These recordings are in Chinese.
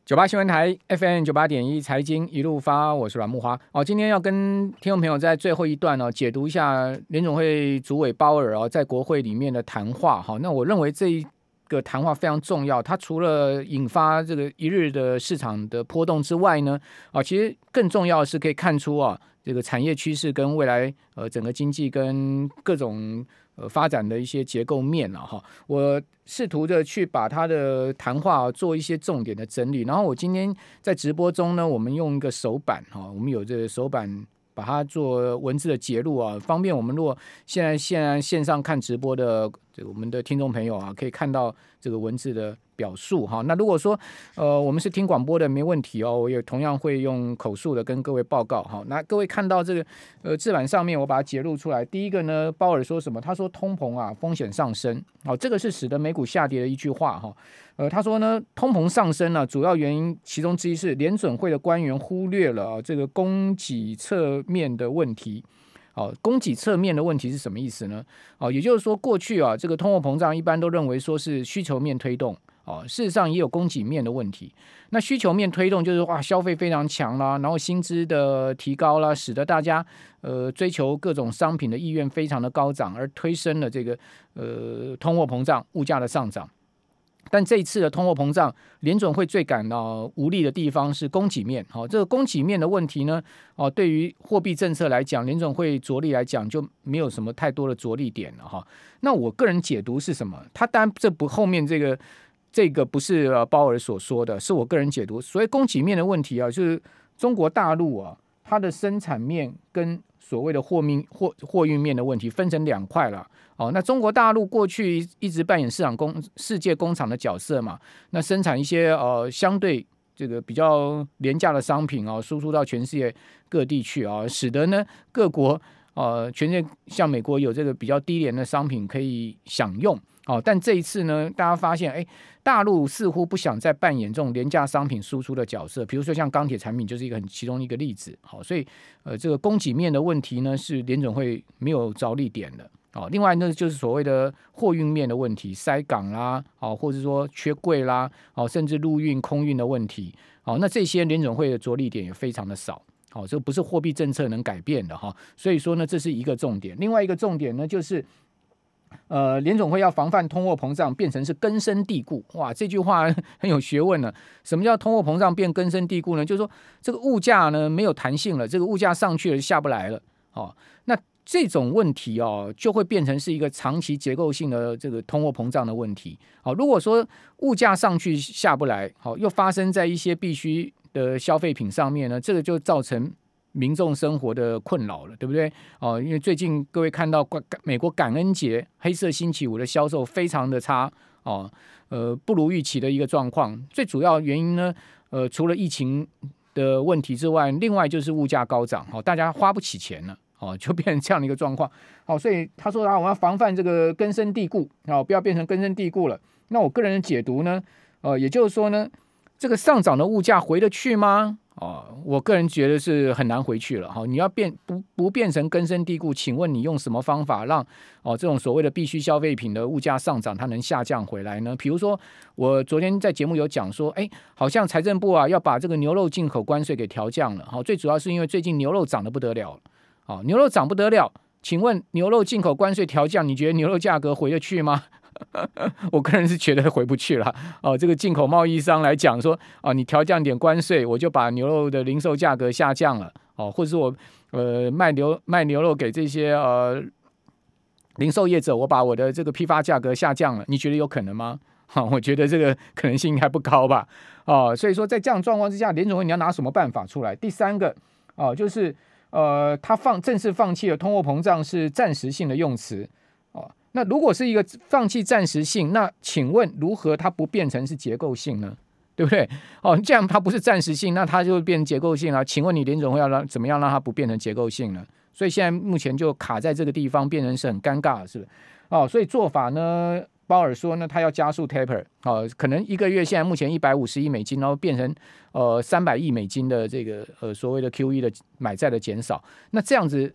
98新闻台 FM 98.1财经一路发，我是阮木花。今天要跟听众朋友在最后一段解读一下联总会主委鲍尔在国会里面的谈话。那我认为这一个谈话非常重要，它除了引发这个一日的市场的波动之外呢，其实更重要的是可以看出这个产业趋势跟未来整个经济跟各种发展的一些结构面我试图的去把他的谈话做一些重点的整理，然后我今天在直播中呢，我们用一个手板我们有这个手板把它做文字的截录方便我们如果现在线上看直播的我们的听众朋友可以看到这个文字的表述那如果说我们是听广播的没问题我也同样会用口述的跟各位报告那各位看到这个字板上面我把它截录出来。第一个呢，鲍尔说什么？他说通膨风险上升这个是使得美股下跌的一句话他说呢，通膨上升主要原因其中之一是联准会的官员忽略了这个供给侧面的问题。供给侧面的问题是什么意思呢？也就是说过去这个通货膨胀一般都认为说是需求面推动事实上也有供给面的问题。那需求面推动就是消费非常强啦，然后薪资的提高啦，使得大家追求各种商品的意愿非常的高涨，而推升了这个通货膨胀物价的上涨。但这一次的通货膨胀，联准会最感到无力的地方是供给面。这个供给面的问题呢，对于货币政策来讲，联准会着力来讲就没有什么太多的着力点了那我个人解读是什么？他当然这不后面这个不是鲍尔所说的，是我个人解读。所谓供给面的问题就是中国大陆它的生产面跟所谓的货运面的问题分成两块了。那中国大陆过去一直扮演世界工厂的角色嘛，那生产一些相对这个比较廉价的商品输出到全世界各地去使得呢各国全世界像美国有这个比较低廉的商品可以享用但这一次呢，大家发现大陆似乎不想再扮演这种廉价商品输出的角色，比如说像钢铁产品就是其中一个例子所以这个供给面的问题呢是联准会没有着力点的另外呢就是所谓的货运面的问题，塞港啦或者说缺柜啦甚至陆运空运的问题那这些联准会的着力点也非常的少这不是货币政策能改变的所以说呢这是一个重点。另外一个重点呢就是联总会要防范通货膨胀变成是根深蒂固。哇，这句话很有学问呢。什么叫通货膨胀变根深蒂固呢？就是说这个物价呢没有弹性了，这个物价上去了下不来了那这种问题就会变成是一个长期结构性的这个通货膨胀的问题如果说物价上去下不来又发生在一些必须的消费品上面呢，这个就造成民众生活的困扰了，对不对因为最近各位看到美国感恩节黑色星期五的销售非常的差不如预期的一个状况。最主要原因呢除了疫情的问题之外，另外就是物价高涨大家花不起钱了就变成这样的一个状况所以他说我们要防范这个根深蒂固不要变成根深蒂固了。那我个人的解读呢也就是说呢，这个上涨的物价回得去吗我个人觉得是很难回去了你要不变成根深蒂固，请问你用什么方法让这种所谓的必需消费品的物价上涨它能下降回来呢？比如说我昨天在节目有讲说好像财政部要把这个牛肉进口关税给调降了最主要是因为最近牛肉涨得不得了牛肉涨不得了，请问牛肉进口关税调降，你觉得牛肉价格回得去吗？我个人是觉得回不去了这个进口贸易商来讲说你调降点关税，我就把牛肉的零售价格下降了或者是我卖牛肉给这些零售业者，我把我的这个批发价格下降了，你觉得有可能吗？我觉得这个可能性应该不高吧所以说在这样状况之下，联总会你要拿什么办法出来？第三个就是他正式放弃了通货膨胀是暂时性的用词那如果是一个放弃暂时性，那请问如何它不变成是结构性呢？对不对这样它不是暂时性，那它就变成结构性了。请问你联总会要怎么样让它不变成结构性呢？所以现在目前就卡在这个地方，变成是很尴尬，是不是所以做法呢，鲍尔说呢，他要加速 taper 可能一个月现在目前150亿美金，然后变成300亿美金的这个所谓的 QE 的买债的减少。那这样子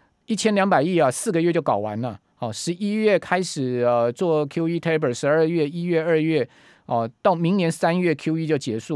1200亿4个月就搞完了11月开始做 QE taper， 12月、1月、2月到明年3月 QE 就结束了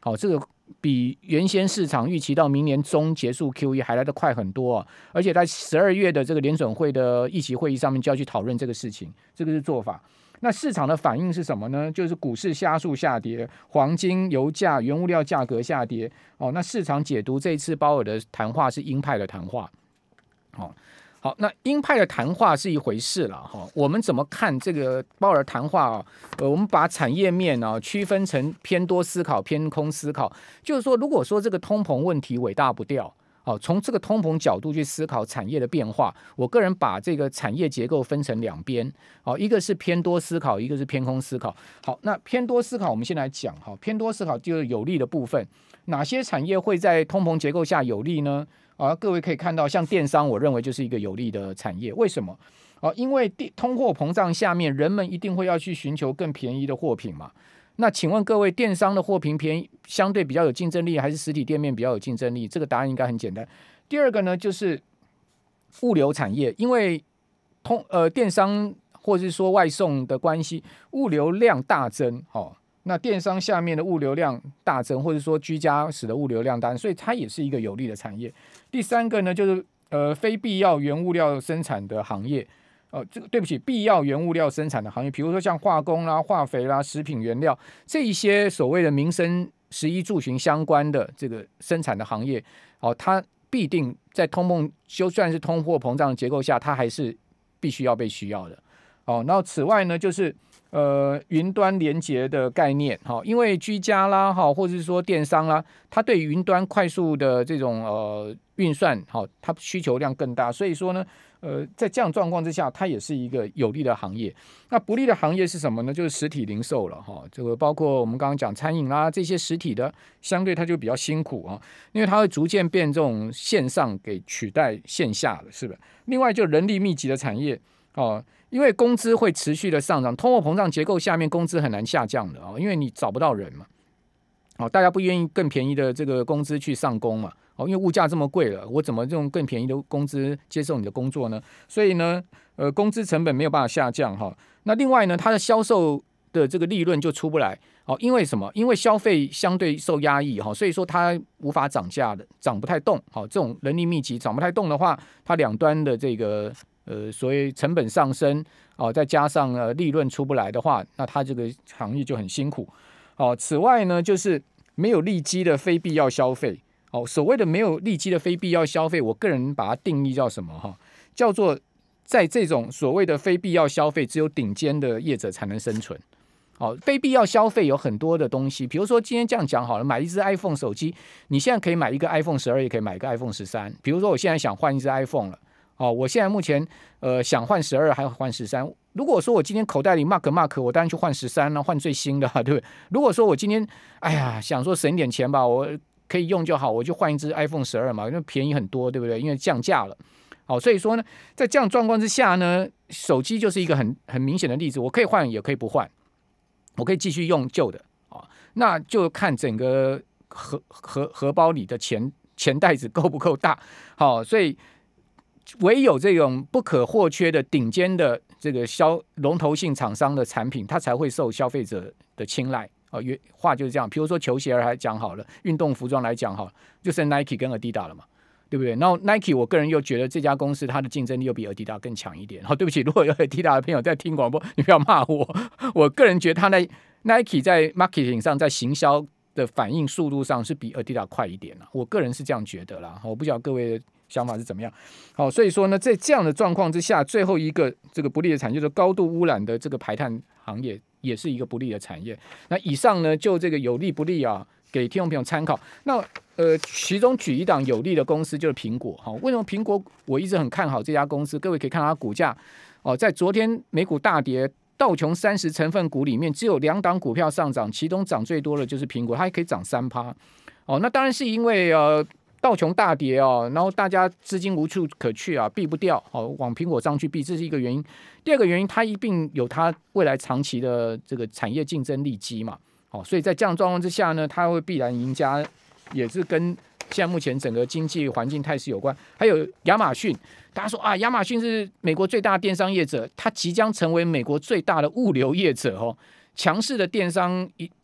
这个比原先市场预期到明年中结束 QE 还来得快很多而且在12月的这个联准会的议息会议上面就要去讨论这个事情，这个是做法。那市场的反应是什么呢？就是股市加速下跌，黄金、油价、原物料价格下跌。那市场解读这一次鲍尔的谈话是鹰派的谈话。好，那鹰派的谈话是一回事了我们怎么看这个鲍尔谈话我们把产业面区分成偏多思考、偏空思考。就是说，如果说这个通膨问题尾大不掉，从这个通膨角度去思考产业的变化，我个人把这个产业结构分成两边，一个是偏多思考，一个是偏空思考。好，那偏多思考我们先来讲偏多思考就是有利的部分，哪些产业会在通膨结构下有利呢？各位可以看到，像电商，我认为就是一个有利的产业。为什么？因为通货膨胀下面，人们一定会要去寻求更便宜的货品嘛。那请问各位，电商的货品便宜，相对比较有竞争力，还是实体店面比较有竞争力？这个答案应该很简单。第二个呢，就是物流产业，因为电商或者是说外送的关系，物流量大增，那电商下面的物流量大增，或者说居家使的物流量大增，所以它也是一个有利的产业。第三个呢，就是非必要原物料生产的行业。对不起，必要原物料生产的行业，比如说像化工啦、化肥啦、食品原料这一些所谓的民生食衣住行相关的这个生产的行业，它必定在就算是通货膨胀的结构下，它还是必须要被需要的。然后此外呢，就是云端连结的概念，因为居家啦，或者是说电商啦，它对云端快速的这种运算，它需求量更大，所以说呢，在这样状况之下，它也是一个有利的行业。那不利的行业是什么呢？就是实体零售了这个包括我们刚刚讲餐饮啦，这些实体的相对它就比较辛苦因为它会逐渐变这种线上给取代线下了，是不是？另外就人力密集的产业因为工资会持续的上涨，通货膨胀结构下面工资很难下降的因为你找不到人嘛大家不愿意更便宜的这个工资去上工嘛因为物价这么贵了，我怎么用更便宜的工资接受你的工作呢？所以呢，工资成本没有办法下降那另外呢，它的销售的这个利润就出不来因为什么？因为消费相对受压抑所以说它无法涨价的，涨不太动这种人力密集涨不太动的话，它两端的这个所谓成本上升再加上利润出不来的话，那它这个行业就很辛苦此外呢，就是没有利基的非必要消费所谓的没有利基的非必要消费，我个人把它定义叫什么叫做在这种所谓的非必要消费，只有顶尖的业者才能生存非必要消费有很多的东西，比如说今天这样讲好了，买一只 iPhone 手机，你现在可以买一个 iPhone 12，也可以买一个 iPhone 13。比如说我现在想换一只 iPhone 了我现在目前想换12还换13。如果说我今天口袋里 mark， 我当然去换13了，换最新的对不对？如果说我今天想说省点钱吧，我可以用就好，我就换一只 iPhone 12嘛，因为便宜很多，对不对？因为降价了所以说呢，在这样状况之下呢，手机就是一个很明显的例子，我可以换也可以不换，我可以继续用旧的那就看整个荷包里的钱袋子够不够大所以唯有这种不可或缺的顶尖的这个龙头性厂商的产品，它才会受消费者的青睐话就是这样。比如说球鞋来讲好了，运动服装来讲好了，就剩 Nike 跟 Adidas 了嘛，对不对？然后 Nike 我个人又觉得这家公司它的竞争力又比 Adidas 更强一点对不起，如果有 Adidas 的朋友在听广播，你不要骂我个人觉得它在 Nike 在 marketing 上，在行销的反应速度上是比 Adidas 快一点我个人是这样觉得啦，我不晓得各位想法是怎么样所以说呢，在这样的状况之下，最后一个这个不利的产业就是高度污染的这个排碳行业，也是一个不利的产业。那以上呢，就这个有利不利给听众朋友参考。那其中举一档有利的公司就是苹果为什么苹果我一直很看好这家公司？各位可以看到它股价在昨天美股大跌，道琼30成分股里面只有2档股票上涨，其中涨最多的就是苹果，它还可以涨3%那当然是因为道琼大跌然后大家资金无处可去避不掉往苹果上去避，这是一个原因。第二个原因，它一定有它未来长期的这个产业竞争力基嘛所以在这样状况之下呢，它会必然赢家，也是跟现在目前整个经济环境态势有关。还有亚马逊，大家说亚马逊是美国最大的电商业者，它即将成为美国最大的物流业者强势的电商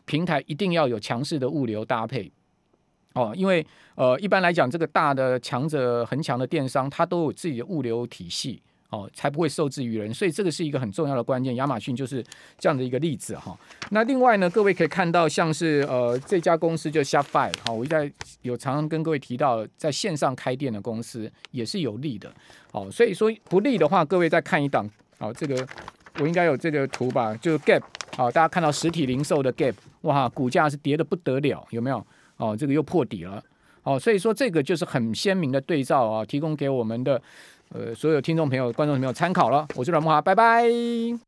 平台一定要有强势的物流搭配。因为一般来讲，这个大的强者很强的电商，它都有自己的物流体系，才不会受制于人，所以这个是一个很重要的关键。亚马逊就是这样的一个例子哈。那另外呢，各位可以看到，像是这家公司就 Shopify， 我有常常跟各位提到，在线上开店的公司也是有利的，所以说不利的话，各位再看一档，这个我应该有这个图吧，就是 Gap， 大家看到实体零售的 Gap， 哇，股价是跌得不得了，有没有？这个又破底了，所以说这个就是很鲜明的对照啊，提供给我们的所有听众朋友、观众朋友参考了。我是阮慕骅，拜拜。